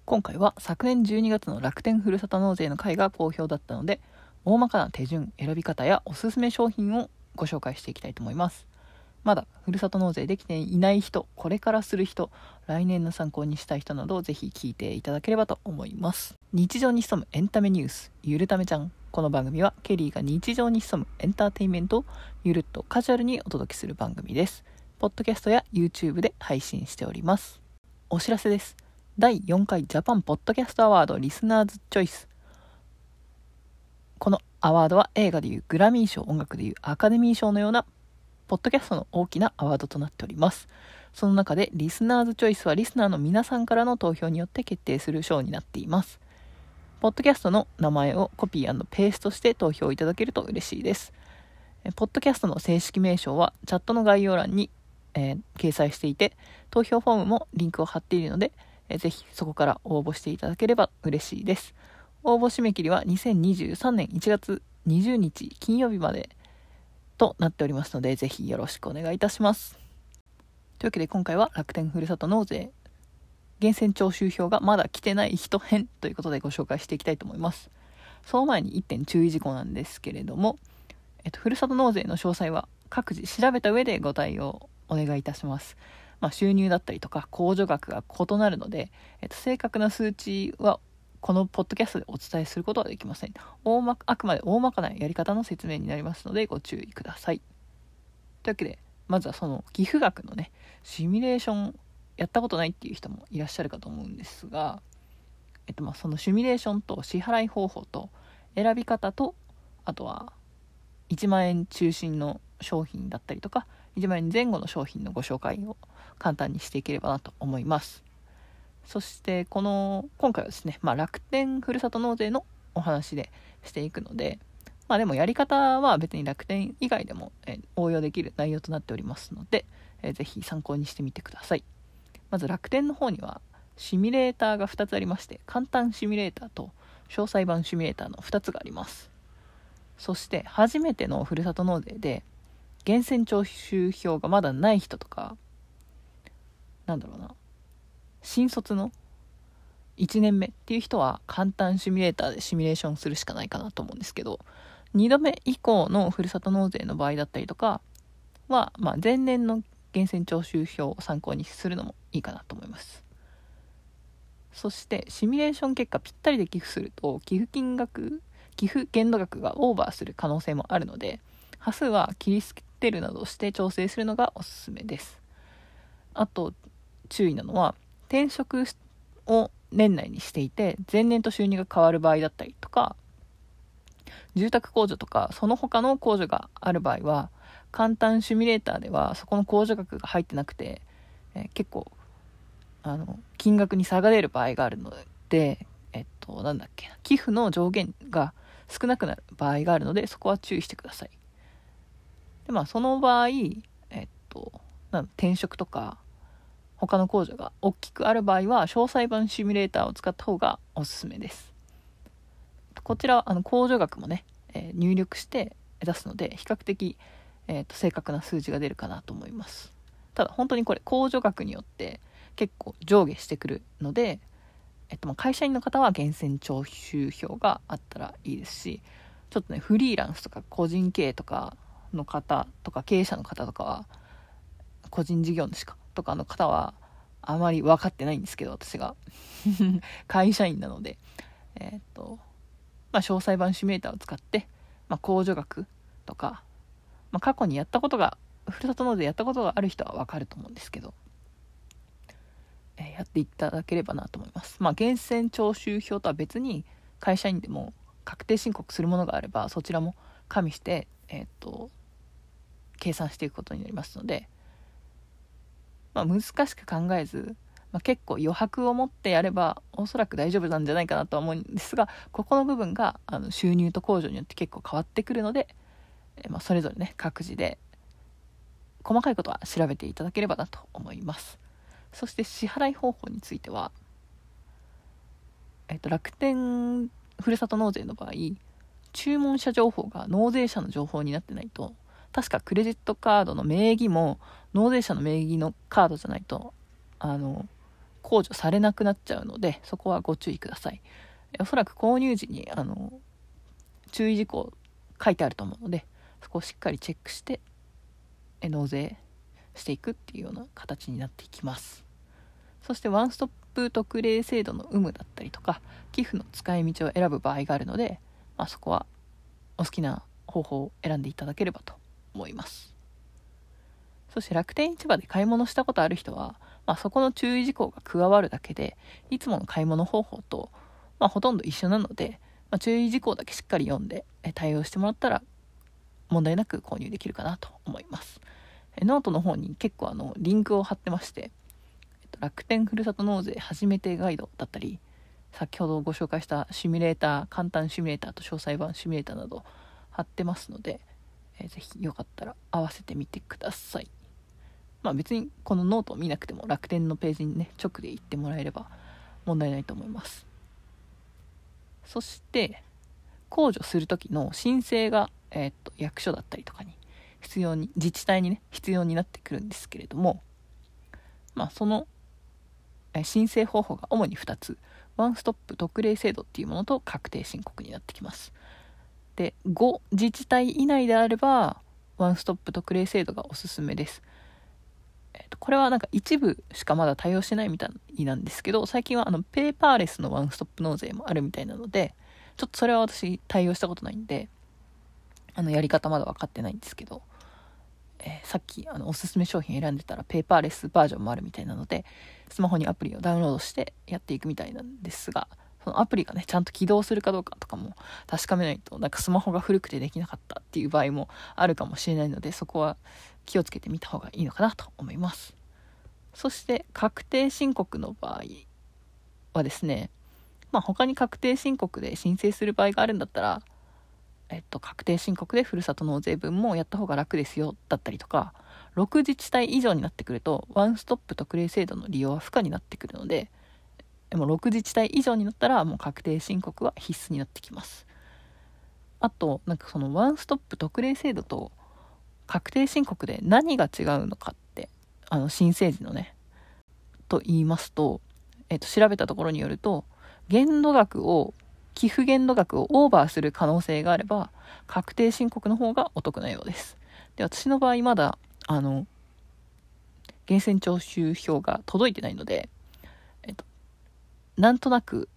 今回は昨年12月の楽天ふるさと納税の回が好評だったので、大まかな手順、選び方やおすすめ商品をご紹介していきたいと思います。まだふるさと納税できていない人、これからする人、来年の参考にしたい人などぜひ聞いていただければと思います。日常に潜むエンタメニュース、ゆるためちゃん。この番組はケリーが日常に潜むエンターテインメントをゆるっとカジュアルにお届けする番組です。ポッドキャストや YouTube で配信しております。お知らせです。第4回ジャパンポッドキャストアワードリスナーズチョイス。このアワードは映画でいうグラミー賞、音楽でいうアカデミー賞のようなポッドキャストの大きなアワードとなっております。その中でリスナーズチョイスはリスナーの皆さんからの投票によって決定する賞になっています。ポッドキャストの名前をコピー&ペーストして投票いただけると嬉しいです。ポッドキャストの正式名称はチャットの概要欄に、掲載していて、投票フォームもリンクを貼っているので、ぜひそこから応募していただければ嬉しいです。応募締め切りは2023年1月20日金曜日までとなっておりますので、ぜひよろしくお願いいたします。というわけで今回は楽天ふるさと納税源泉徴収票がまだ来てない人編ということでご紹介していきたいと思います。その前に1点注意事項なんですけれども、ふるさと納税の詳細は各自調べた上でご対応お願いいたします。収入だったりとか控除額が異なるので、正確な数値はこのポッドキャストでお伝えすることはできません。あくまで大まかなやり方の説明になりますのでご注意ください。というわけでまずはその寄付額のねシミュレーションやったことないっていう人もいらっしゃるかと思うんですが、そのシミュレーションと支払い方法と選び方と、あとは1万円中心の商品だったりとか1万円前後の商品のご紹介を簡単にしていければなと思います。そして今回はですね、楽天ふるさと納税のお話でしていくので、でもやり方は別に楽天以外でも応用できる内容となっておりますので、ぜひ参考にしてみてください。まず楽天の方にはシミュレーターが2つありまして、簡単シミュレーターと詳細版シミュレーターの2つがあります。そして初めてのふるさと納税で源泉徴収票がまだない人とか、新卒の1年目っていう人は簡単シミュレーターでシミュレーションするしかないかなと思うんですけど、2度目以降のふるさと納税の場合だったりとかは、前年の源泉徴収票を参考にするのもいいかなと思います。そしてシミュレーション結果ぴったりで寄付すると寄付限度額がオーバーする可能性もあるので、端数は切り捨てるなどして調整するのがおすすめです。あと注意なのは、転職を年内にしていて前年と収入が変わる場合だったりとか、住宅控除とかその他の控除がある場合は、簡単シミュレーターではそこの控除額が入ってなくて、結構金額に差が出る場合があるので、寄付の上限が少なくなる場合があるので、そこは注意してください。でその場合、転職とか他の控除が大きくある場合は詳細版シミュレーターを使った方がおすすめです。こちらは控除額もね、入力して出すので比較的、正確な数字が出るかなと思います。ただ本当にこれ控除額によって結構上下してくるので、会社員の方は源泉徴収票があったらいいですし、ちょっとねフリーランスとか個人経営とかの方とか経営者の方とかは、個人事業主とかの方はあまり分かってないんですけど、私が会社員なので、詳細版シミュレーターを使って、控除額とか、過去にやったことがふるさと納税やったことがある人は分かると思うんですけど、やっていただければなと思います。源泉徴収票とは別に会社員でも確定申告するものがあればそちらも加味して、計算していくことになりますので、難しく考えず、結構余白を持ってやればおそらく大丈夫なんじゃないかなとは思うんですが、ここの部分が収入と控除によって結構変わってくるので、それぞれね各自で細かいことは調べていただければなと思います。そして支払い方法については、楽天ふるさと納税の場合、注文者情報が納税者の情報になってないと、確かクレジットカードの名義も納税者の名義のカードじゃないと控除されなくなっちゃうので、そこはご注意ください。おそらく購入時に注意事項書いてあると思うので、そこをしっかりチェックして納税していくっていうような形になっていきます。そしてワンストップ特例制度の有無だったりとか、寄付の使い道を選ぶ場合があるので、そこはお好きな方法を選んでいただければと思います。そして楽天市場で買い物したことある人は、そこの注意事項が加わるだけで、いつもの買い物方法と、ほとんど一緒なので、注意事項だけしっかり読んで対応してもらったら問題なく購入できるかなと思います。ノートの方に結構リンクを貼ってまして、楽天ふるさと納税初めてガイドだったり、先ほどご紹介したシミュレーター、簡単シミュレーターと詳細版シミュレーターなど貼ってますので、ぜひよかったら合わせてみてください。別にこのノートを見なくても楽天のページにね直で行ってもらえれば問題ないと思います。そして控除する時の申請が、役所だったりとかに自治体にね必要になってくるんですけれども、その申請方法が主に2つ、ワンストップ特例制度っていうものと確定申告になってきます。で、5自治体以内であればワンストップ特例制度がおすすめです。これは一部しかまだ対応してないみたいなんですけど、最近はペーパーレスのワンストップ納税もあるみたいなので、ちょっとそれは私対応したことないんでやり方まだ分かってないんですけど、さっきおすすめ商品選んでたらペーパーレスバージョンもあるみたいなので、スマホにアプリをダウンロードしてやっていくみたいなんですが、そのアプリがねちゃんと起動するかどうかとかも確かめないとスマホが古くてできなかったっていう場合もあるかもしれないので、そこは気をつけてみた方がいいのかなと思います。そして確定申告の場合はですね、他に確定申告で申請する場合があるんだったら、確定申告でふるさと納税分もやった方が楽ですよだったりとか、6自治体以上になってくるとワンストップ特例制度の利用は不可になってくるので、もう6自治体以上になったらもう確定申告は必須になってきます。あとそのワンストップ特例制度と確定申告で何が違うのかって、申請時のねと言いますと、調べたところによると、寄付限度額をオーバーする可能性があれば確定申告の方がお得なようです。で、私の場合まだ源泉徴収票が届いてないので、なんとなく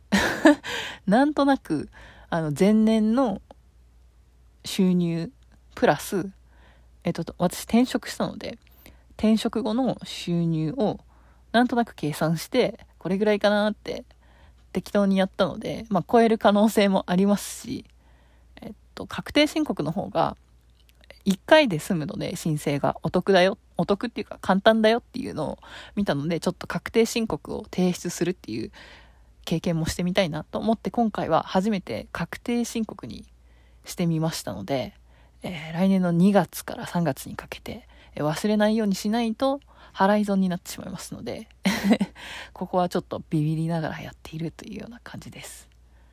前年の収入プラス私転職したので、転職後の収入をなんとなく計算してこれぐらいかなって適当にやったので、超える可能性もありますし、確定申告の方が1回で済むので申請がお得っていうか簡単だよっていうのを見たので、ちょっと確定申告を提出するっていう経験もしてみたいなと思って、今回は初めて確定申告にしてみましたので、来年の2月から3月にかけて忘れないようにしないと払い損になってしまいますのでここはちょっとビビりながらやっているというような感じです。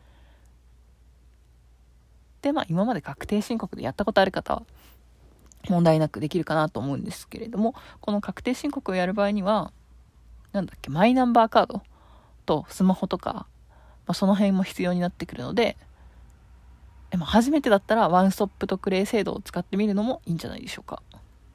で、今まで確定申告でやったことある方は問題なくできるかなと思うんですけれども、この確定申告をやる場合にはマイナンバーカードとスマホとか、その辺も必要になってくるので、初めてだったらワンストップ特例制度を使ってみるのもいいんじゃないでしょうか。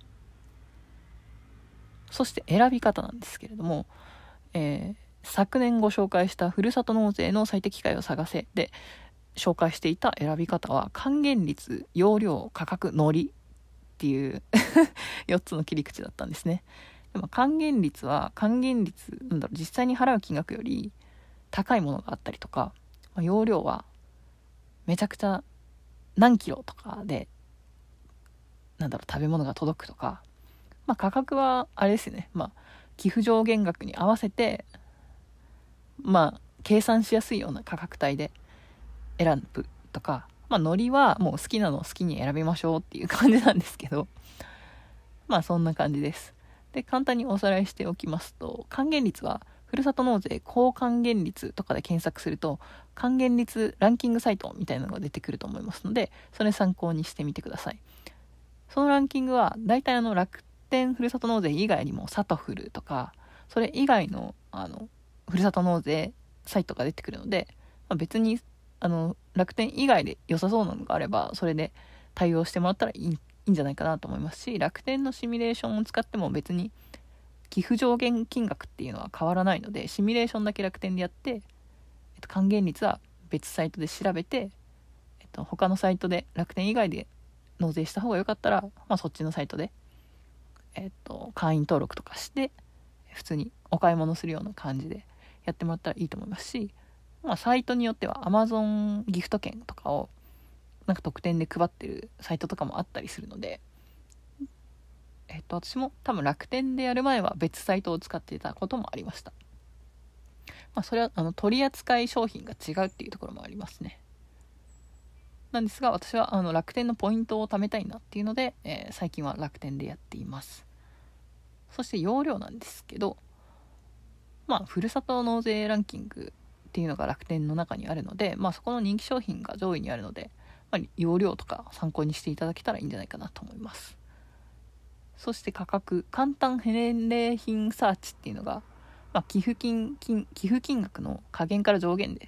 そして選び方なんですけれども、昨年ご紹介したふるさと納税の最適解を探せで紹介していた選び方は、還元率、容量、価格、ノリっていう4つの切り口だったんですね。でも還元率実際に払う金額より高いものがあったりとか、容量はめちゃくちゃ何キロとかで食べ物が届くとか、価格はあれですよね、寄付上限額に合わせて計算しやすいような価格帯で選ぶとか、ノリはもう好きなのを好きに選びましょうっていう感じなんですけど、そんな感じです。で、簡単におさらいしておきますと、還元率はふるさと納税高還元率とかで検索すると還元率ランキングサイトみたいなのが出てくると思いますので、それ参考にしてみてください。そのランキングはだいたい楽天ふるさと納税以外にもサトフルとか、それ以外のふるさと納税サイトが出てくるので、別に楽天以外で良さそうなのがあればそれで対応してもらったらいいんじゃないかなと思いますし、楽天のシミュレーションを使っても別に寄付上限金額っていうのは変わらないので、シミュレーションだけ楽天でやって、還元率は別サイトで調べて、他のサイトで楽天以外で納税した方が良かったら、そっちのサイトで、会員登録とかして普通にお買い物するような感じでやってもらったらいいと思いますし、サイトによっては Amazon ギフト券とかをなんか特典で配ってるサイトとかもあったりするので、私も多分楽天でやる前は別サイトを使っていたこともありました。それは取り扱い商品が違うっていうところもありますね。なんですが私は楽天のポイントを貯めたいなっていうので、最近は楽天でやっています。そして容量なんですけど、ふるさと納税ランキングっていうのが楽天の中にあるので、そこの人気商品が上位にあるので、容量とか参考にしていただけたらいいんじゃないかなと思います。そして価格、簡単返礼品サーチっていうのが、寄付金額の下限から上限で、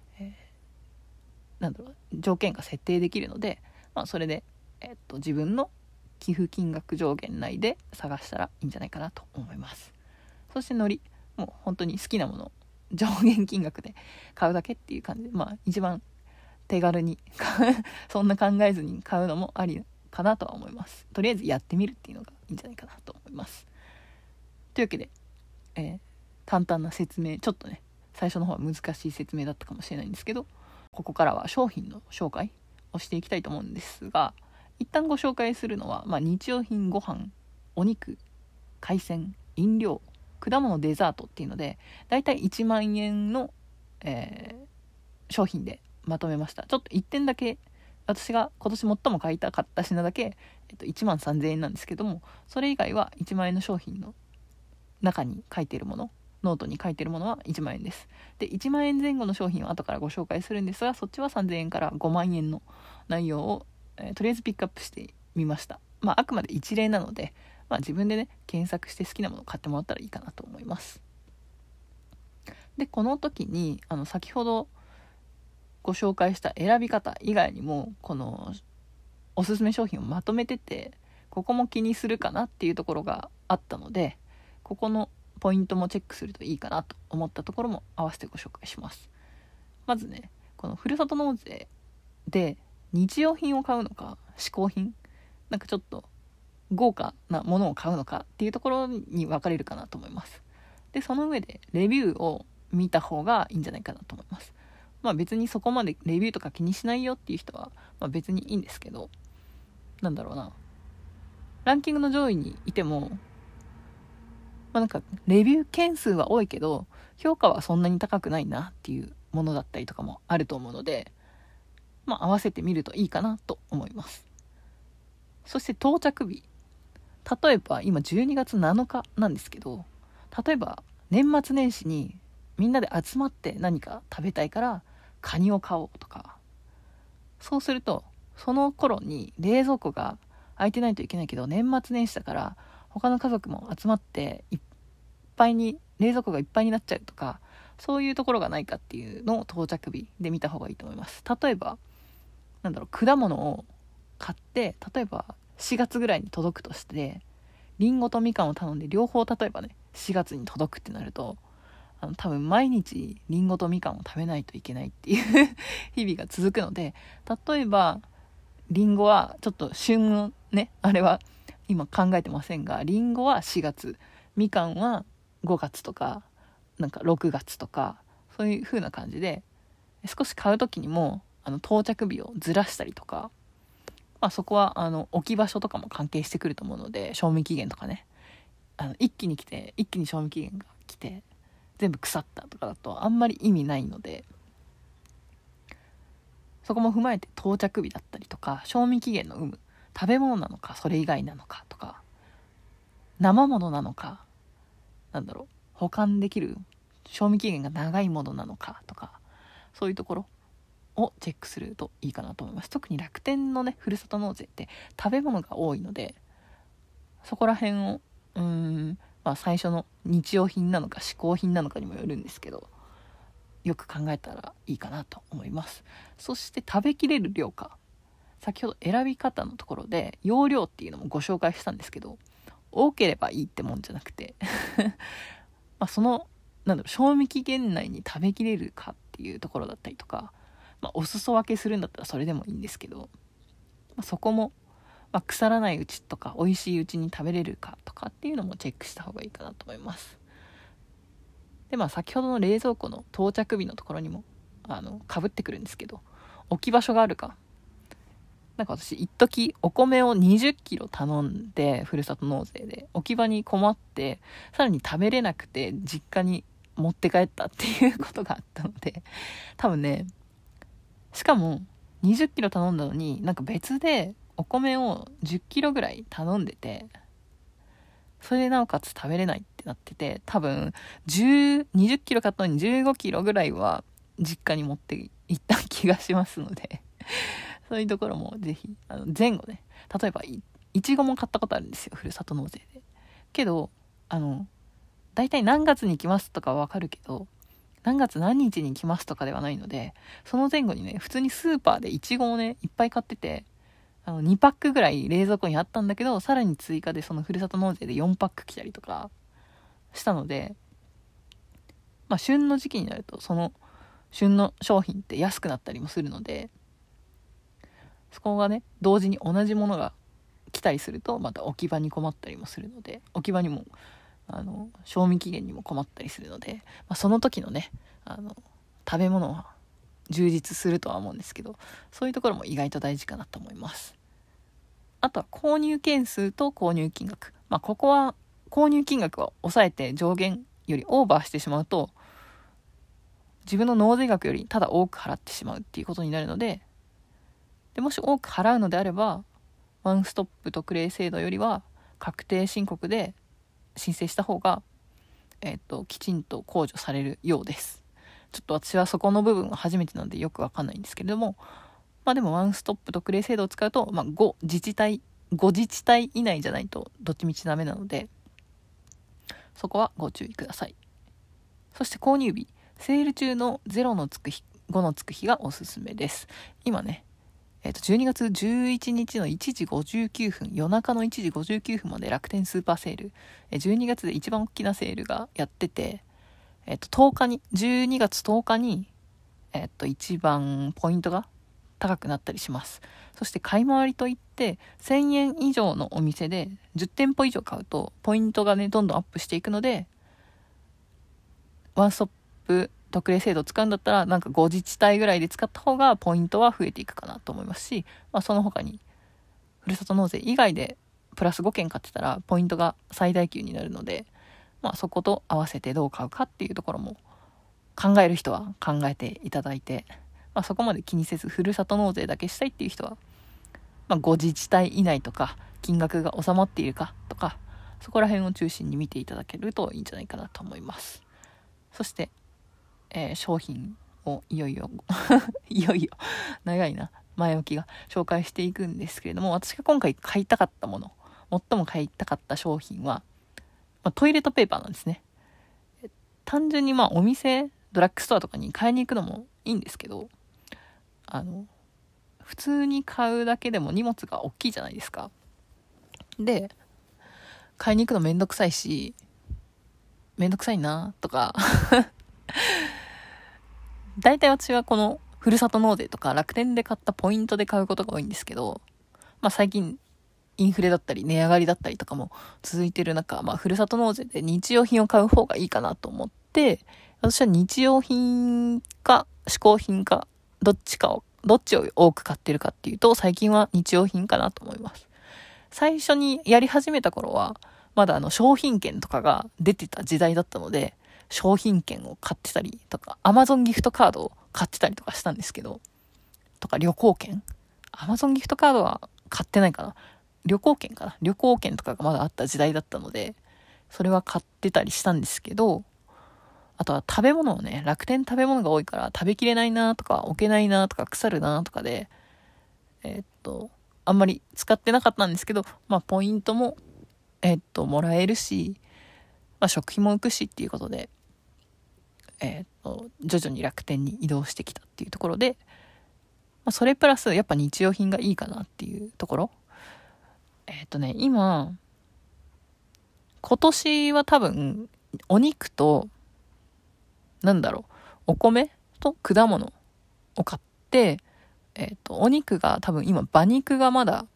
条件が設定できるので、それで、自分の寄付金額上限内で探したらいいんじゃないかなと思います。そしてもう本当に好きなもの上限金額で買うだけっていう感じで、一番手軽にそんな考えずに買うのもありかなとは思います。とりあえずやってみるっていうのがいいんじゃないかなと思います。というわけで、簡単な説明、ちょっとね最初の方は難しい説明だったかもしれないんですけど、ここからは商品の紹介をしていきたいと思うんですが、一旦ご紹介するのは、日用品、ご飯、お肉、海鮮、飲料、果物、デザートっていうのでだいたい1万円の、商品でまとめました。ちょっと1点だけ私が今年最も買いたかった品だけ、1万3000円なんですけども、それ以外は1万円の商品の中に書いているもの、ノートに書いているものは1万円です。で1万円前後の商品は後からご紹介するんですが、そっちは3000円から5万円の内容を、とりあえずピックアップしてみました。あくまで一例なので、自分でね検索して好きなものを買ってもらったらいいかなと思います。でこの時に先ほどご紹介した選び方以外にもこのおすすめ商品をまとめてて、ここも気にするかなっていうところがあったので、ここのポイントもチェックするといいかなと思ったところも合わせてご紹介します。まずね、このふるさと納税で日用品を買うのか嗜好品、なんかちょっと豪華なものを買うのかっていうところに分かれるかなと思います。でその上でレビューを見た方がいいんじゃないかなと思います。別にそこまでレビューとか気にしないよっていう人は、別にいいんですけど、ランキングの上位にいても、なんかレビュー件数は多いけど評価はそんなに高くないなっていうものだったりとかもあると思うので、合わせてみるといいかなと思います。そして到着日、例えば今12月7日なんですけど、例えば年末年始にみんなで集まって何か食べたいからカニを買おうとか、そうするとその頃に冷蔵庫が空いてないといけないけど、年末年始だから他の家族も集まって冷蔵庫がいっぱいになっちゃうとか、そういうところがないかっていうのを到着日で見た方がいいと思います。例えば果物を買って、例えば4月ぐらいに届くとして、リンゴとみかんを頼んで両方例えばね4月に届くってなると、多分毎日リンゴとみかんを食べないといけないっていう日々が続くので、例えばリンゴはちょっと旬のねあれは今考えてませんが、リンゴは4月、みかんは5月とか6月とか、そういう風な感じで少し買う時にも到着日をずらしたりとか、そこは置き場所とかも関係してくると思うので、賞味期限とかね、一気に賞味期限が来て全部腐ったとかだとあんまり意味ないので、そこも踏まえて到着日だったりとか、賞味期限の有無、食べ物なのかそれ以外なのかとか、生ものなのか保管できる賞味期限が長いものなのかとか、そういうところをチェックするといいかなと思います。特に楽天のねふるさと納税って食べ物が多いので、そこら辺を最初の日用品なのか嗜好品なのかにもよるんですけど、よく考えたらいいかなと思います。そして食べきれる量か、先ほど選び方のところで容量っていうのもご紹介したんですけど、多ければいいってもんじゃなくてその賞味期限内に食べきれるかっていうところだったりとか、お裾分けするんだったらそれでもいいんですけど、そこも、腐らないうちとか美味しいうちに食べれるかとかっていうのもチェックした方がいいかなと思います。で先ほどの冷蔵庫の到着日のところにもかぶってくるんですけど、置き場所があるか。私一時お米を20キロ頼んで、ふるさと納税で置き場に困って、さらに食べれなくて実家に持って帰ったっていうことがあったので、多分ね、しかも20キロ頼んだのに別でお米を10キロぐらい頼んでて、それでなおかつ食べれないってなってて、多分20キロ買ったのに15キロぐらいは実家に持って行った気がしますのでそういうところもぜひ前後ね、例えばいちごも買ったことあるんですよ、ふるさと納税で。けどだいたい何月に来ますとかはわかるけど、何月何日に来ますとかではないので、その前後にね、普通にスーパーでいちごをねいっぱい買ってて、2パックぐらい冷蔵庫にあったんだけど、さらに追加でそのふるさと納税で4パック来たりとかしたので、旬の時期になるとその旬の商品って安くなったりもするので、そこがね同時に同じものが来たりするとまた置き場に困ったりもするので、置き場にも賞味期限にも困ったりするので、その時のね食べ物は充実するとは思うんですけど、そういうところも意外と大事かなと思います。あとは購入件数と購入金額、ここは購入金額を抑えて上限よりオーバーしてしまうと、自分の納税額よりただ多く払ってしまうっていうことになるので、もし多く払うのであれば、ワンストップ特例制度よりは確定申告で申請した方が、きちんと控除されるようです。ちょっと私はそこの部分は初めてなのでよくわかんないんですけれども、でもワンストップ特例制度を使うと、5自治体以内じゃないとどっちみちダメなので、そこはご注意ください。そして購入日、セール中の0のつく日、5のつく日がおすすめです。今ね、12月11日の1時59分、夜中の1時59分まで楽天スーパーセール、12月で一番大きなセールがやってて、12月10日に、一番ポイントが高くなったりします。そして買い回りといって1000円以上のお店で10店舗以上買うとポイントがねどんどんアップしていくので、ワンストップ特例制度を使うんだったら5自治体ぐらいで使った方がポイントは増えていくかなと思いますし、その他にふるさと納税以外でプラス5件買ってたらポイントが最大級になるので、そこと合わせてどう買うかっていうところも考える人は考えていただいて、そこまで気にせずふるさと納税だけしたいっていう人は、5自治体以内とか金額が収まっているかとか、そこら辺を中心に見ていただけるといいんじゃないかなと思います。そして、商品をいよいよ長いな前置きが紹介していくんですけれども、私が今回買いたかったもの、最も買いたかった商品は、トイレットペーパーなんですね。単純にお店ドラッグストアとかに買いに行くのもいいんですけど、普通に買うだけでも荷物が大きいじゃないですか。で買いに行くのめんどくさいし、めんどくさいなとか大体私はこのふるさと納税とか楽天で買ったポイントで買うことが多いんですけど、最近インフレだったり値上がりだったりとかも続いてる中、ふるさと納税で日用品を買う方がいいかなと思って、私は日用品か嗜好品かどっちを多く買ってるかっていうと、最近は日用品かなと思います。最初にやり始めた頃はまだ商品券とかが出てた時代だったので、商品券を買ってたりとか、Amazon ギフトカードを買ってたりとかしたんですけど、とか旅行券、Amazon ギフトカードは買ってないかな、旅行券とかがまだあった時代だったので、それは買ってたりしたんですけど、あとは食べ物をね、楽天食べ物が多いから食べきれないなとか置けないなとか腐るなとかであんまり使ってなかったんですけど、ポイントももらえるし、 食費も浮くしっていうことで、徐々に楽天に移動してきたっていうところで、それプラスやっぱ日用品がいいかなっていうところ。今年は多分お肉とお米と果物を買って、お肉が多分今馬肉がまだ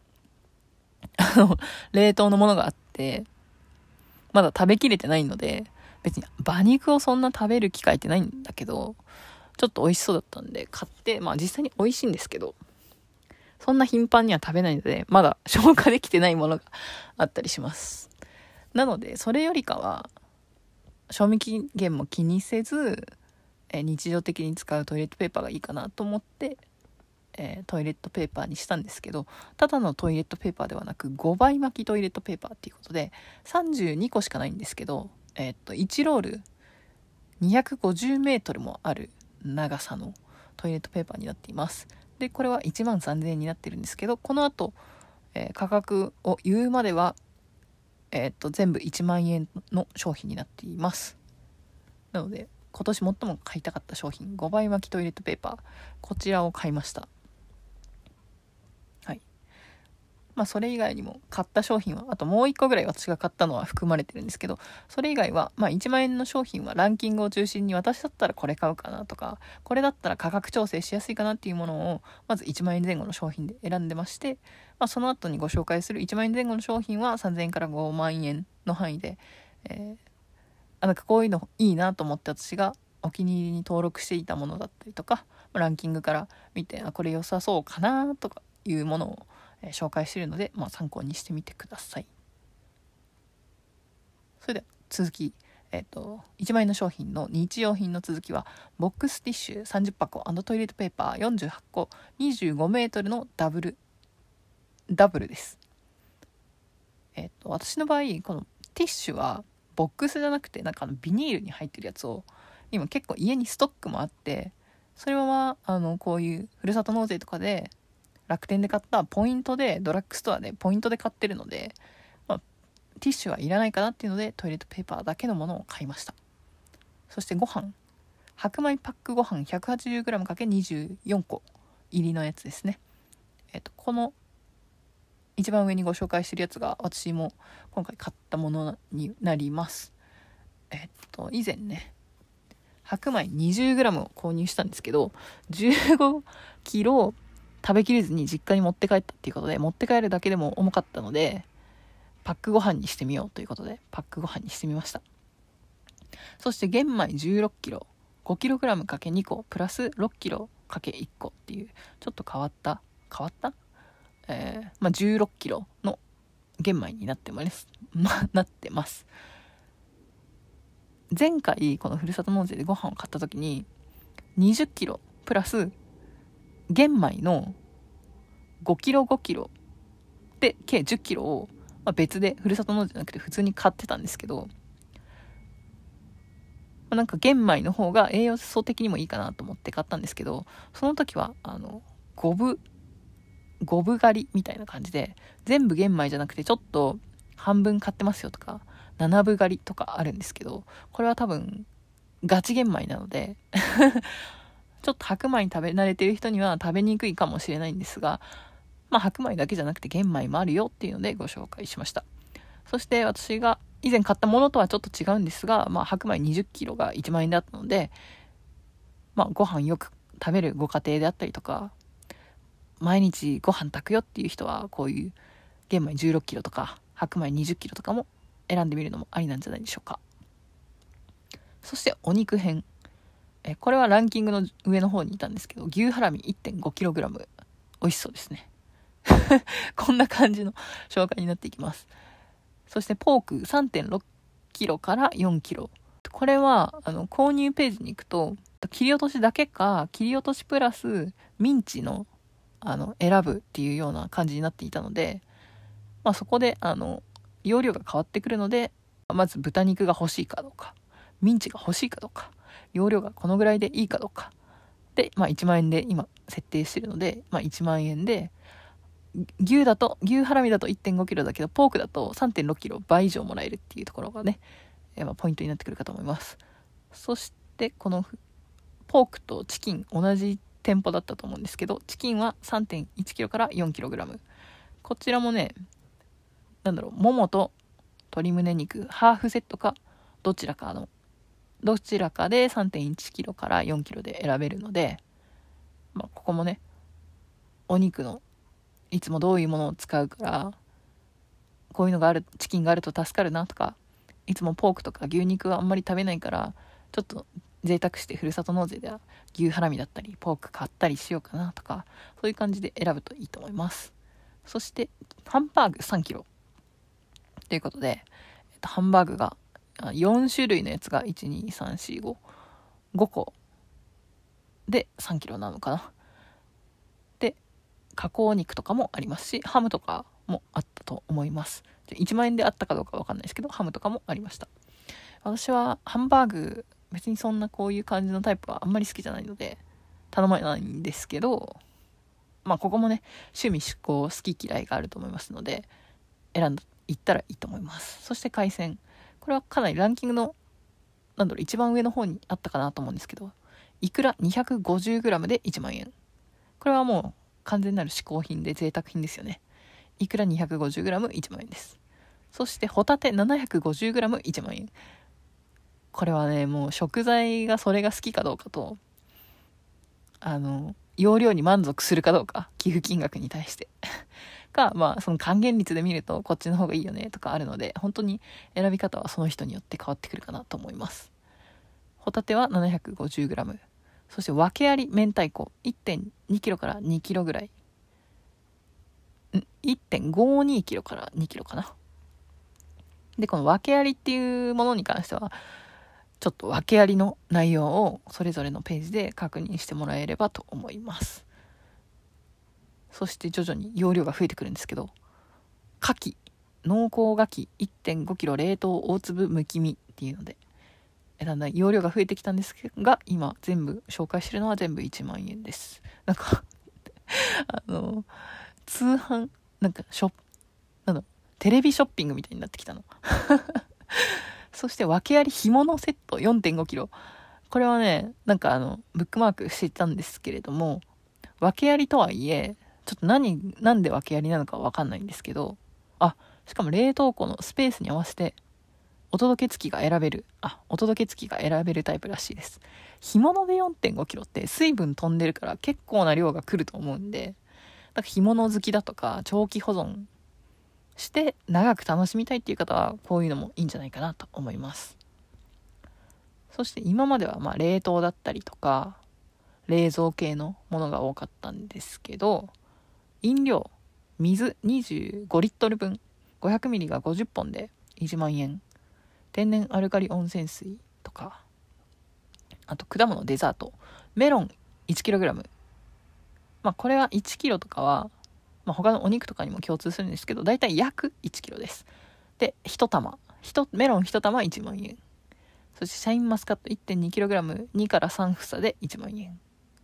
冷凍のものがあってまだ食べきれてないので、別に馬肉をそんな食べる機会ってないんだけど、ちょっと美味しそうだったんで買って、実際に美味しいんですけど、そんな頻繁には食べないのでまだ消化できてないものがあったりします。なのでそれよりかは賞味期限も気にせず、日常的に使うトイレットペーパーがいいかなと思って、トイレットペーパーにしたんですけど、ただのトイレットペーパーではなく5倍巻きトイレットペーパーっていうことで32個しかないんですけど、1ロール250メートルもある長さのトイレットペーパーになっています。でこれは13,000円になってるんですけど、この後、価格を言うまでは、全部1万円の商品になっています。なので今年最も買いたかった商品、5倍巻きトイレットペーパー、こちらを買いました。はい。それ以外にも買った商品はあともう1個ぐらい私が買ったのは含まれてるんですけど、それ以外は1万円の商品はランキングを中心に私だったらこれ買うかなとか、これだったら価格調整しやすいかなっていうものをまず1万円前後の商品で選んでまして、その後にご紹介する1万円前後の商品は3,000円から5万円の範囲で、こういうのいいなと思って私がお気に入りに登録していたものだったりとか、ランキングから見てこれ良さそうかなとかいうものを、紹介しているので、参考にしてみてください。それでは続き、1万円の商品の日用品の続きは、ボックスティッシュ30箱&トイレットペーパー48個25メートルのダブルです。私の場合このティッシュはボックスじゃなくてビニールに入ってるやつを今結構家にストックもあって、それはこういうふるさと納税とかで楽天で買ったポイントでドラッグストアでポイントで買ってるので、ティッシュはいらないかなっていうのでトイレットペーパーだけのものを買いました。そしてご飯、白米パックご飯 180g×24 個入りのやつですね。この一番上にご紹介してるやつが私も今回買ったものになります。以前ね白米 20g を購入したんですけど、15キロ食べきれずに実家に持って帰ったっていうことで、持って帰るだけでも重かったのでパックご飯にしてみようということでパックご飯にしてみました。そして玄米 16kg 5kg×2 個プラス 6kg×1 個っていうちょっと変わった16kg の玄米になってます。前回このふるさと納税でご飯を買った時に 20kg プラス玄米の 5kgで計 10kg を、別でふるさと納税じゃなくて普通に買ってたんですけど、玄米の方が栄養素的にもいいかなと思って買ったんですけど、その時は五分狩りみたいな感じで全部玄米じゃなくてちょっと半分買ってますよとか7分狩りとかあるんですけど、これは多分ガチ玄米なのでちょっと白米に食べ慣れてる人には食べにくいかもしれないんですが、白米だけじゃなくて玄米もあるよっていうのでご紹介しました。そして私が以前買ったものとはちょっと違うんですが、白米 20kg が1万円だったので、ご飯よく食べるご家庭であったりとか、毎日ご飯炊くよっていう人はこういう玄米 16kg とか白米 20kg とかも選んでみるのもありなんじゃないでしょうか。そしてお肉編、これはランキングの上の方にいたんですけど、牛ハラミ 1.5kg 美味しそうですねこんな感じの紹介になっていきます。そしてポーク 3.6kg から 4kg、 これは購入ページに行くと切り落としだけか切り落としプラスミンチの選ぶっていうような感じになっていたので、そこで容量が変わってくるので、まず豚肉が欲しいかどうか、ミンチが欲しいかどうか、容量がこのぐらいでいいかどうかで、1万円で今設定してるので、1万円で牛ハラミだと 1.5kg だけどポークだと 3.6kg 倍以上もらえるっていうところがね、 ポイントになってくるかと思います。そしてこのポークとチキン同じ店舗だったと思うんですけど、チキンは 3.1 キロから4キログラム。こちらもね、ももと鶏胸肉ハーフセットかどちらかで 3.1 キロから4キロで選べるので、ここもね、お肉のいつもどういうものを使うからこういうのがある、チキンがあると助かるなとか、いつもポークとか牛肉はあんまり食べないからちょっと贅沢してふるさと納税では牛ハラミだったりポーク買ったりしようかなとか、そういう感じで選ぶといいと思います。そしてハンバーグ3キロということで、ハンバーグが4種類のやつが 1,2,3,4,5 個で3キロなのかな。で加工肉とかもありますし、ハムとかもあったと思います。1万円であったかどうかわかんないですけど、ハムとかもありました。私はハンバーグ別にそんなこういう感じのタイプはあんまり好きじゃないので頼まないんですけど、ここもね、趣味嗜好好き嫌いがあると思いますので行ったらいいと思います。そして海鮮、これはかなりランキングの一番上の方にあったかなと思うんですけど、イクラ 250g で1万円。これはもう完全なる嗜好品で贅沢品ですよね。イクラ 250g1 万円です。そしてホタテ 750g1 万円。これはね、もう食材がそれが好きかどうかと容量に満足するかどうか、寄付金額に対してか、その還元率で見るとこっちの方がいいよねとかあるので、本当に選び方はその人によって変わってくるかなと思います。ホタテは 750g、 そして訳あり明太子 1.2 キロから2キロぐらい、1.52 キロから2キロかな。でこの訳ありっていうものに関してはちょっと訳ありの内容をそれぞれのページで確認してもらえればと思います。そして徐々に容量が増えてくるんですけど、牡蠣、濃厚牡蠣 1.5 キロ冷凍大粒むき身っていうのでだんだん容量が増えてきたんですが、今全部紹介してるのは全部1万円です。通販テレビショッピングみたいになってきたのそして訳あり干物セット 4.5 キロ、これはねブックマークしていたんですけれども、訳ありとはいえちょっとなんで訳ありなのかわかんないんですけど、しかも冷凍庫のスペースに合わせてお届け付きが選べるタイプらしいです。干物で 4.5 キロって水分飛んでるから結構な量が来ると思うんで、干物好きだとか長期保存して長く楽しみたいっていう方はこういうのもいいんじゃないかなと思います。そして今までは冷凍だったりとか冷蔵系のものが多かったんですけど、飲料水25リットル分500ミリが50本で1万円、天然アルカリ温泉水とか、あと果物デザートメロン 1kg、これは 1kg とかは他のお肉とかにも共通するんですけど、だいたい約 1kg です。でメロン1玉1万円、そしてシャインマスカット 1.2kg 2から3房で1万円、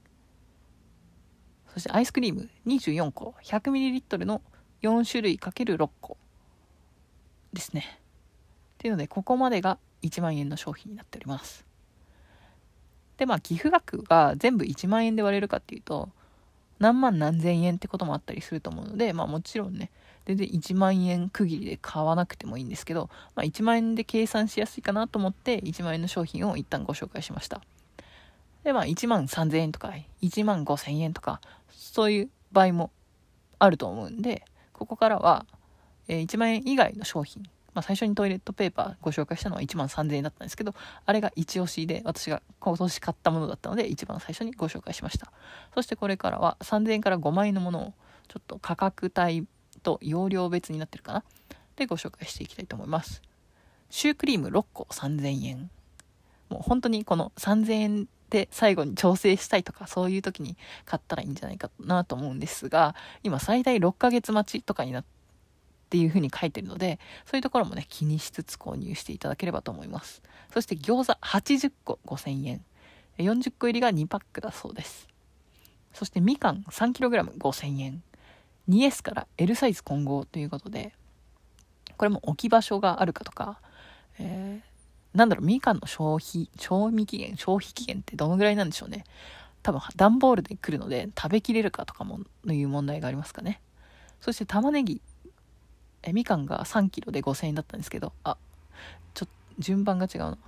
そしてアイスクリーム24個 100ml の4種類 ×6 個ですね。っていうのでここまでが1万円の商品になっております。で寄付額が全部1万円で割れるかっていうと何万何千円ってこともあったりすると思うので、もちろんね全然1万円区切りで買わなくてもいいんですけど、1万円で計算しやすいかなと思って1万円の商品を一旦ご紹介しました。で1万3000円とか1万5000円とかそういう場合もあると思うんで、ここからは1万円以外の商品、最初にトイレットペーパーご紹介したのは1万3000円だったんですけど、あれが一押しで私が今年買ったものだったので一番最初にご紹介しました。そしてこれからは3000円から5万円のものをちょっと価格帯と容量別になってるかなでご紹介していきたいと思います。シュークリーム6個3000円、もう本当にこの3000円で最後に調整したいとかそういう時に買ったらいいんじゃないかなと思うんですが、今最大6ヶ月待ちとかになっていう風に書いてるので、そういうところもね気にしつつ購入していただければと思います。そして餃子80個5000円、40個入りが2パックだそうです。そしてみかん 3kg 5000円、2S から L サイズ混合ということで、これも置き場所があるかとか、 みかんの賞味期限ってどのぐらいなんでしょうね。多分段ボールで来るので食べきれるかとかもいう問題がありますかね。そして玉ねぎ、みかんが3キロで5000円だったんですけど、順番が違うな。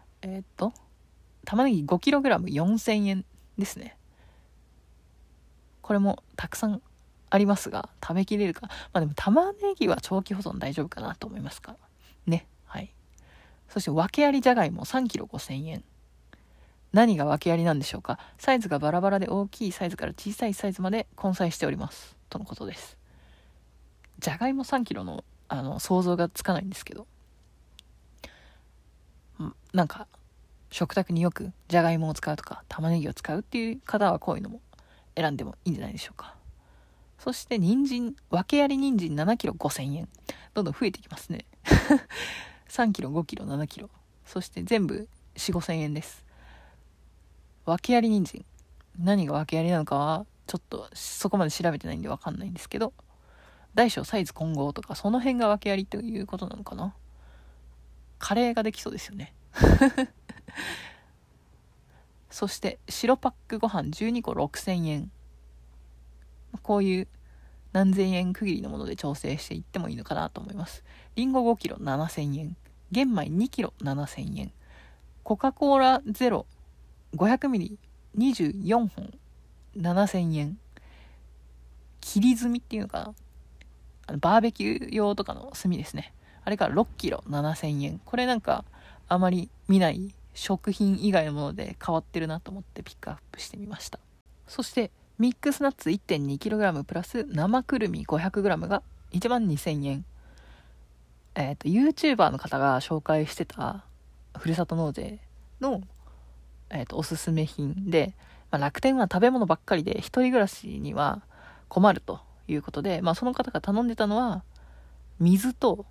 玉ねぎ 5kg4000 円ですね。これもたくさんありますが食べきれるか。でも玉ねぎは長期保存大丈夫かなと思いますからね。はい。そして訳ありじゃがいも 3kg5000 円。何が訳ありなんでしょうか。サイズがバラバラで大きいサイズから小さいサイズまで混載しておりますとのことです。じゃがいも 3kg の想像がつかないんですけど、なんか食卓によくじゃがいもを使うとか玉ねぎを使うっていう方はこういうのも選んでもいいんじゃないでしょうか。そして人参、訳あり人参 7kg5000 円。どんどん増えてきますね。3kg、5kg、7kg。そして全部4、5000円です。訳あり人参。何が訳ありなのかは、ちょっとそこまで調べてないんでわかんないんですけど、大小サイズ混合とか、その辺が訳ありということなのかな。カレーができそうですよね。そして白パックご飯12個6000円。こういう何千円区切りのもので調整していってもいいのかなと思います。リンゴ 5kg7000 円、玄米 2kg7000 円、コカ・コーラゼロ 500ml24 本7000円、切り炭っていうのかな、バーベキュー用とかの炭ですね。あれから 6kg7000 円。これなんかあまり見ない食品以外のもので変わってるなと思ってピックアップしてみました。そしてミックスナッツ 1.2kg プラス生くるみ 500g が12000円。YouTuber の方が紹介してたふるさと納税の、おすすめ品で、楽天は食べ物ばっかりで一人暮らしには困るということで、その方が頼んでたのは水と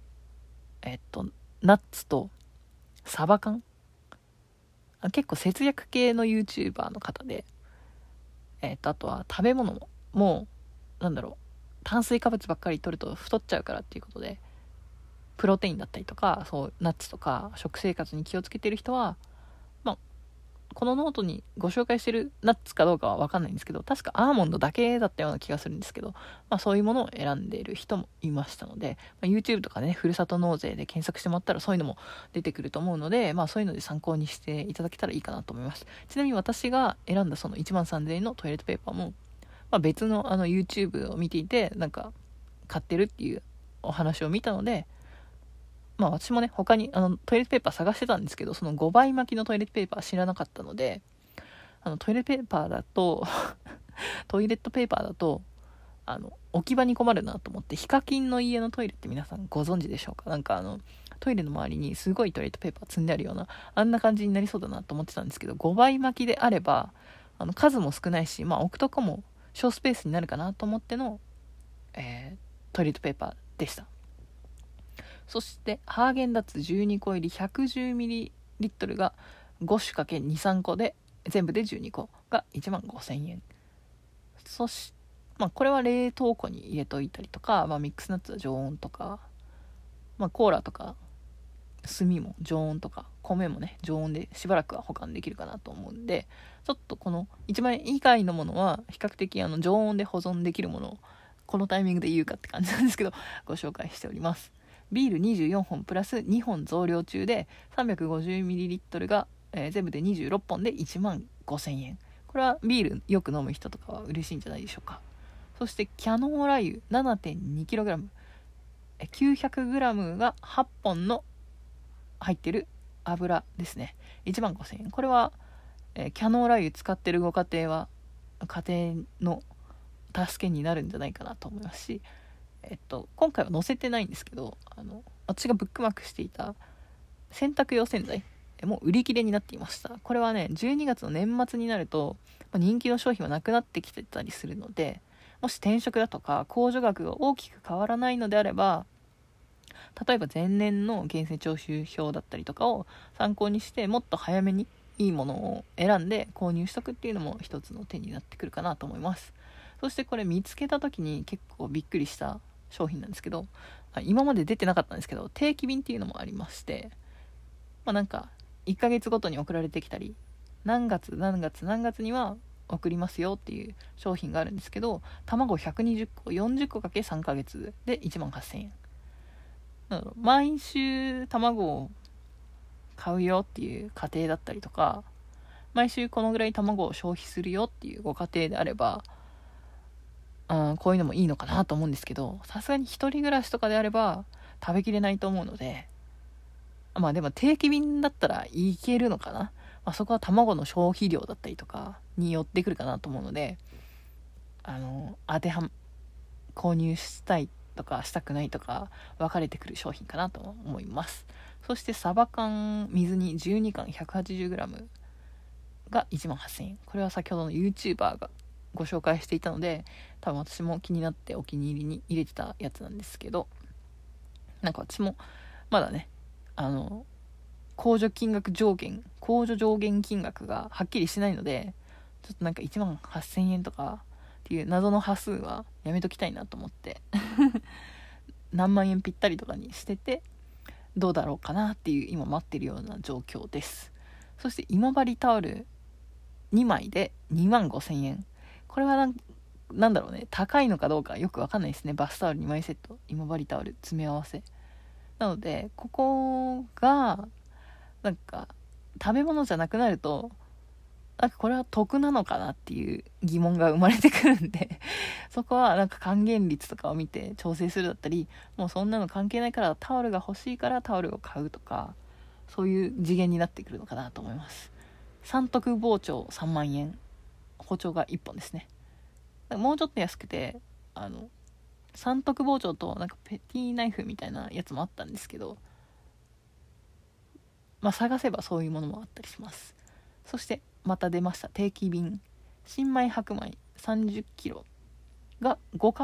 ナッツとサバ缶。結構節約系の YouTuber の方で、あとは食べ物も炭水化物ばっかり取ると太っちゃうからっていうことで、プロテインだったりとか、そうナッツとか食生活に気をつけてる人は、このノートにご紹介してるナッツかどうかは分かんないんですけど、確かアーモンドだけだったような気がするんですけど、そういうものを選んでいる人もいましたので、YouTube とかね、ふるさと納税で検索してもらったらそういうのも出てくると思うので、そういうので参考にしていただけたらいいかなと思います。ちなみに私が選んだその13000円のトイレットペーパーも、別のYouTube を見ていて買ってるっていうお話を見たので、私もね、他にトイレットペーパー探してたんですけど、その5倍巻きのトイレットペーパー知らなかったので、トイレットペーパーだとトイレットペーパーだと置き場に困るなと思って、ヒカキンの家のトイレって皆さんご存知でしょうか。トイレの周りにすごいトイレットペーパー積んであるような、あんな感じになりそうだなと思ってたんですけど、5倍巻きであれば数も少ないし、置くとこも小スペースになるかなと思っての、トイレットペーパーでした。そしてハーゲンダッツ12個入り 110ml が5種かけ 2,3 個で全部で12個が15000円。そしてこれは冷凍庫に入れといたりとか、ミックスナッツは常温とか、コーラとか炭も常温とか、米もね常温でしばらくは保管できるかなと思うんで、ちょっとこの1万円以外のものは比較的常温で保存できるものをこのタイミングで言うかって感じなんですけど、ご紹介しております。ビール24本プラス2本増量中で 350ml が、全部で26本で15000円。これはビールよく飲む人とかは嬉しいんじゃないでしょうか。そしてキャノーラ油 7.2kg、 900g が8本の入ってる油ですね。15000円。これは、キャノーラ油使ってるご家庭は家庭の助けになるんじゃないかなと思いますし、今回は載せてないんですけど、私がブックマークしていた洗濯用洗剤もう売り切れになっていました。これはね、12月の年末になると人気の商品はなくなってきてたりするので、もし転職だとか控除額が大きく変わらないのであれば、例えば前年の源泉徴収票だったりとかを参考にして、もっと早めにいいものを選んで購入しとくっていうのも一つの手になってくるかなと思います。そしてこれ見つけた時に結構びっくりした商品なんですけど、今まで出てなかったんですけど、定期便っていうのもありまして、 なんか1ヶ月ごとに送られてきたり、何月には送りますよっていう商品があるんですけど、卵120個40個かけ3ヶ月で18,000円。毎週卵を買うよっていう家庭だったりとか、毎週このぐらい卵を消費するよっていうご家庭であれば、こういうのもいいのかなと思うんですけど、さすがに一人暮らしとかであれば食べきれないと思うので、でも定期便だったらいけるのかな。そこは卵の消費量だったりとかによってくるかなと思うので、購入したいとかしたくないとか分かれてくる商品かなと思います。そしてサバ缶水煮12缶 180g が18,000円。これは先ほどの YouTuber がご紹介していたので、多分私も気になってお気に入りに入れてたやつなんですけど、私もまだね、控除上限金額がはっきりしないので、ちょっと18,000円とかっていう謎の端数はやめときたいなと思って何万円ぴったりとかにしててどうだろうかなっていう今待ってるような状況です。そして今治タオル2枚で25,000円。これはなんだろうね、高いのかどうかよくわかんないですね。バスタオル2枚セット、今治タオル詰め合わせなので、ここが食べ物じゃなくなるとこれは得なのかなっていう疑問が生まれてくるんでそこは還元率とかを見て調整するだったり、もうそんなの関係ないからタオルが欲しいからタオルを買うとか、そういう次元になってくるのかなと思います。三徳包丁3万円、包丁が1本ですね。もうちょっと安くて三徳包丁とペティナイフみたいなやつもあったんですけど、探せばそういうものもあったりします。そしてまた出ました、定期便新米白米 30kg が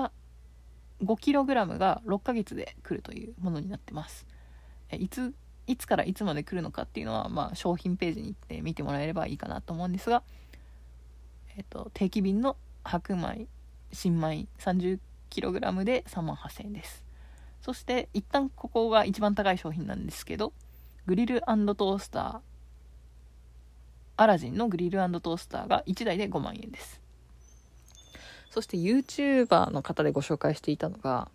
5kg が6ヶ月で来るというものになってます。いつからいつまで来るのかっていうのは、商品ページに行って見てもらえればいいかなと思うんですが、定期便の白米新米 30kg で38,000円です。そして一旦ここが一番高い商品なんですけど、グリル&トースター、アラジンのグリル&トースターが1台で5万円です。そして YouTuber の方でご紹介していたのが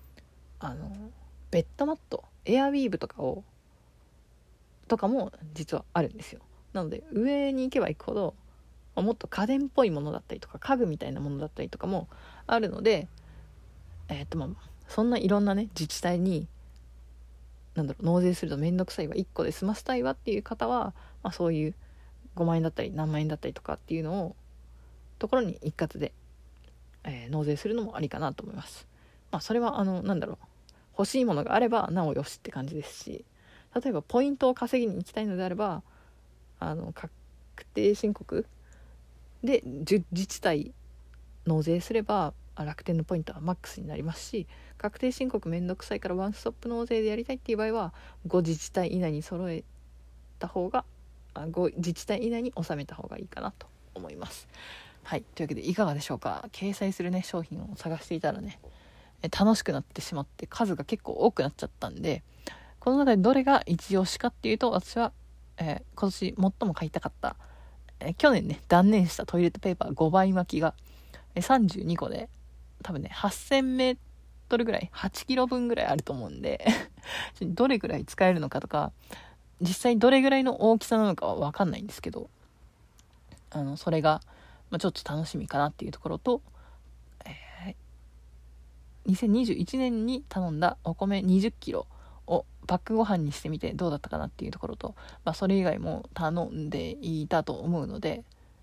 ベッドマットエアウィーヴとかも実はあるんですよ。なので上に行けば行くほどもっと家電っぽいものだったりとか家具みたいなものだったりとかもあるので、そんないろんなね自治体に納税するとめんどくさいわ、1個で済ませたいわっていう方は、そういう5万円だったり何万円だったりとかっていうのをところに一括で、納税するのもありかなと思います。それは欲しいものがあればなおよしって感じですし、例えばポイントを稼ぎに行きたいのであれば確定申告で10自治体納税すれば楽天のポイントはマックスになりますし、確定申告めんどくさいからワンストップ納税でやりたいっていう場合は5自治体以内に揃えた方が5自治体以内に収めた方がいいかなと思います。はい、というわけでいかがでしょうか。掲載するね商品を探していたらね楽しくなってしまって数が結構多くなっちゃったんで、この中でどれが一押しかっていうと、私は、今年最も買いたかった、去年ね断念したトイレットペーパー5倍巻きが32個で多分ね8000メートルぐらい8キロ分ぐらいあると思うんでどれぐらい使えるのかとか実際どれぐらいの大きさなのかは分かんないんですけど、それが、ちょっと楽しみかなっていうところと、2021年に頼んだお米20キロをパックご飯にしてみてどうだったかなっていうところと、それ以外も頼んでいたと思うので、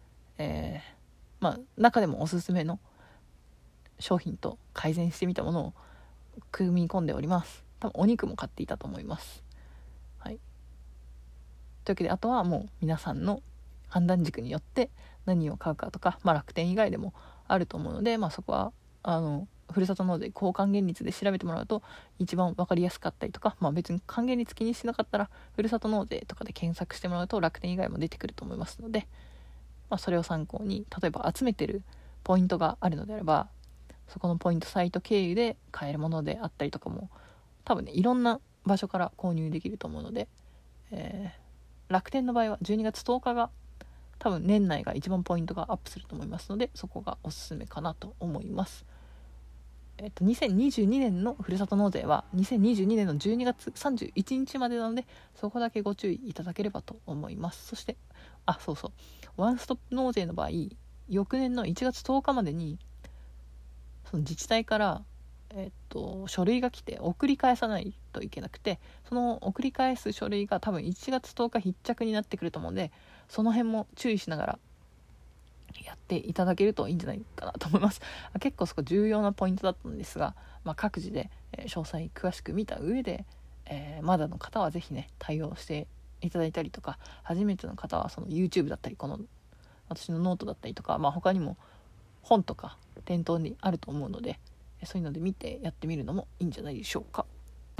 中でもおすすめの商品と改善してみたものを組み込んでおります。多分お肉も買っていたと思います。はい。というわけであとはもう皆さんの判断軸によって何を買うかとか、楽天以外でもあると思うので、そこはふるさと納税高還元率で調べてもらうと一番分かりやすかったりとか、別に還元率気にしなかったらふるさと納税とかで検索してもらうと楽天以外も出てくると思いますので、それを参考に例えば集めてるポイントがあるのであればそこのポイントサイト経由で買えるものであったりとかも多分ねいろんな場所から購入できると思うので、 楽天の場合は12月10日が多分年内が一番ポイントがアップすると思いますので、そこがおすすめかなと思います。2022年のふるさと納税は2022年の12月31日までなので、そこだけご注意いただければと思います。そしてワンストップ納税の場合、翌年の1月10日までにその自治体から書類が来て送り返さないといけなくて、その送り返す書類が多分1月10日必着になってくると思うので、その辺も注意しながらやっていただけるといいんじゃないかなと思います。結構そこ重要なポイントだったんですが、各自で詳細詳しく見た上で、まだの方はぜひね対応していただいたりとか、初めての方はその YouTube だったり、この私のノートだったりとか、他にも本とか店頭にあると思うので、そういうので見てやってみるのもいいんじゃないでしょうか。と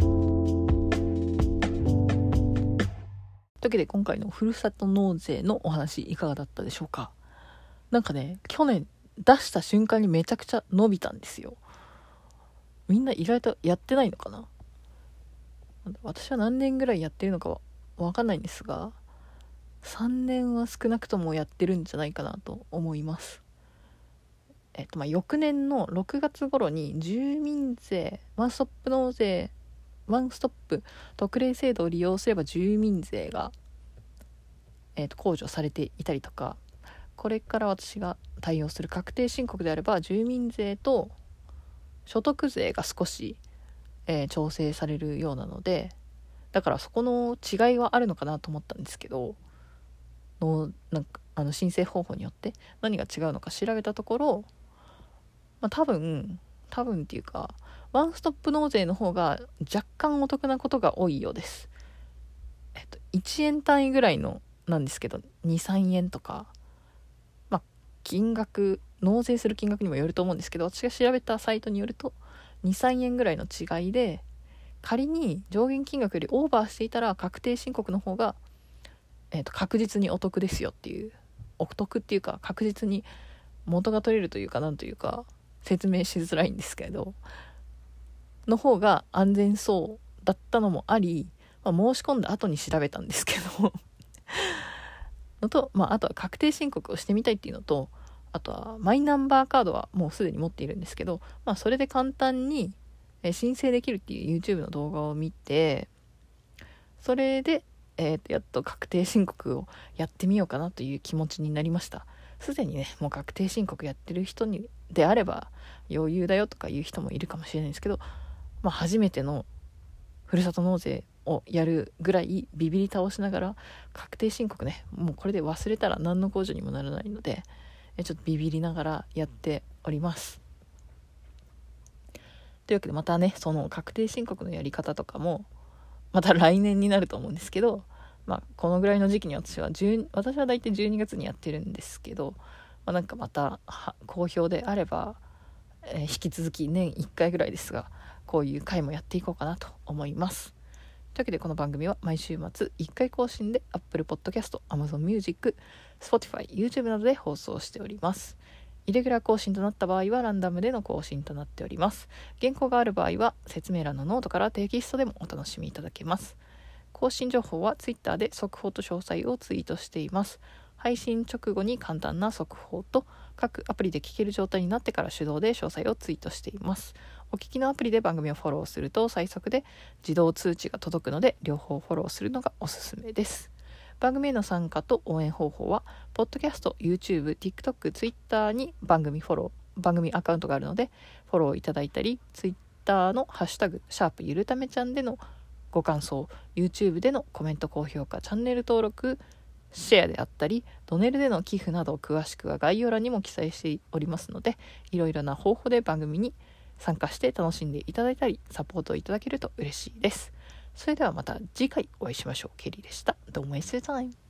いうわけで今回のふるさと納税のお話いかがだったでしょうか。なんかね、去年出した瞬間にめちゃくちゃ伸びたんですよ。みんな意外とやってないのかな。私は何年ぐらいやってるのかは分かんないんですが、3年は少なくともやってるんじゃないかなと思います。翌年の6月頃に住民税ワンストップ納税ワンストップ特例制度を利用すれば住民税が、控除されていたりとか、これから私が対応する確定申告であれば住民税と所得税が少し、調整されるようなので、だからそこの違いはあるのかなと思ったんですけど、なんか申請方法によって何が違うのか調べたところ、多分っていうかワンストップ納税の方が若干お得なことが多いようです。1円単位ぐらいのなんですけど 2,3 円とか、金額納税する金額にもよると思うんですけど、私が調べたサイトによると 2,3 円ぐらいの違いで、仮に上限金額よりオーバーしていたら確定申告の方が、確実にお得ですよっていう、お得っていうか確実に元が取れるというか、なんというか説明しづらいんですけどの方が安全そうだったのもあり、申し込んだ後に調べたんですけどのと、あとは確定申告をしてみたいっていうのと、あとはマイナンバーカードはもうすでに持っているんですけど、それで簡単に申請できるっていう YouTube の動画を見て、それで、やっと確定申告をやってみようかなという気持ちになりました。すでにねもう確定申告やってる人にであれば余裕だよとかいう人もいるかもしれないんですけど、初めてのふるさと納税をやるぐらいビビり倒しながら、確定申告ねもうこれで忘れたら何の控除にもならないので、ちょっとビビりながらやっております。というわけでまたね、その確定申告のやり方とかもまた来年になると思うんですけど、このぐらいの時期に私はだいたい12月にやってるんですけど、なんかまた好評であれば、引き続き年1回ぐらいですがこういう回もやっていこうかなと思います。というわけでこの番組は毎週末1回更新で Apple Podcast、Amazon Music、Spotify、YouTube などで放送しております。イレギュラー更新となった場合はランダムでの更新となっております。原稿がある場合は説明欄のノートからテキストでもお楽しみいただけます。更新情報は Twitter で速報と詳細をツイートしています。配信直後に簡単な速報と各アプリで聞ける状態になってから手動で詳細をツイートしています。お聞きのアプリで番組をフォローすると最速で自動通知が届くので両方フォローするのがおすすめです。番組への参加と応援方法はポッドキャスト、YouTube、TikTok、Twitter に番組アカウントがあるのでフォローいただいたり、Twitter のハッシュタグ#ゆるためちゃんでのご感想、 YouTube でのコメント、高評価、チャンネル登録、シェアであったりドネルでの寄付など詳しくは概要欄にも記載しておりますので、いろいろな方法で番組に参加して楽しんでいただいたりサポートいただけると嬉しいです。それではまた次回お会いしましょう。ケリーでした。Don't waste your time.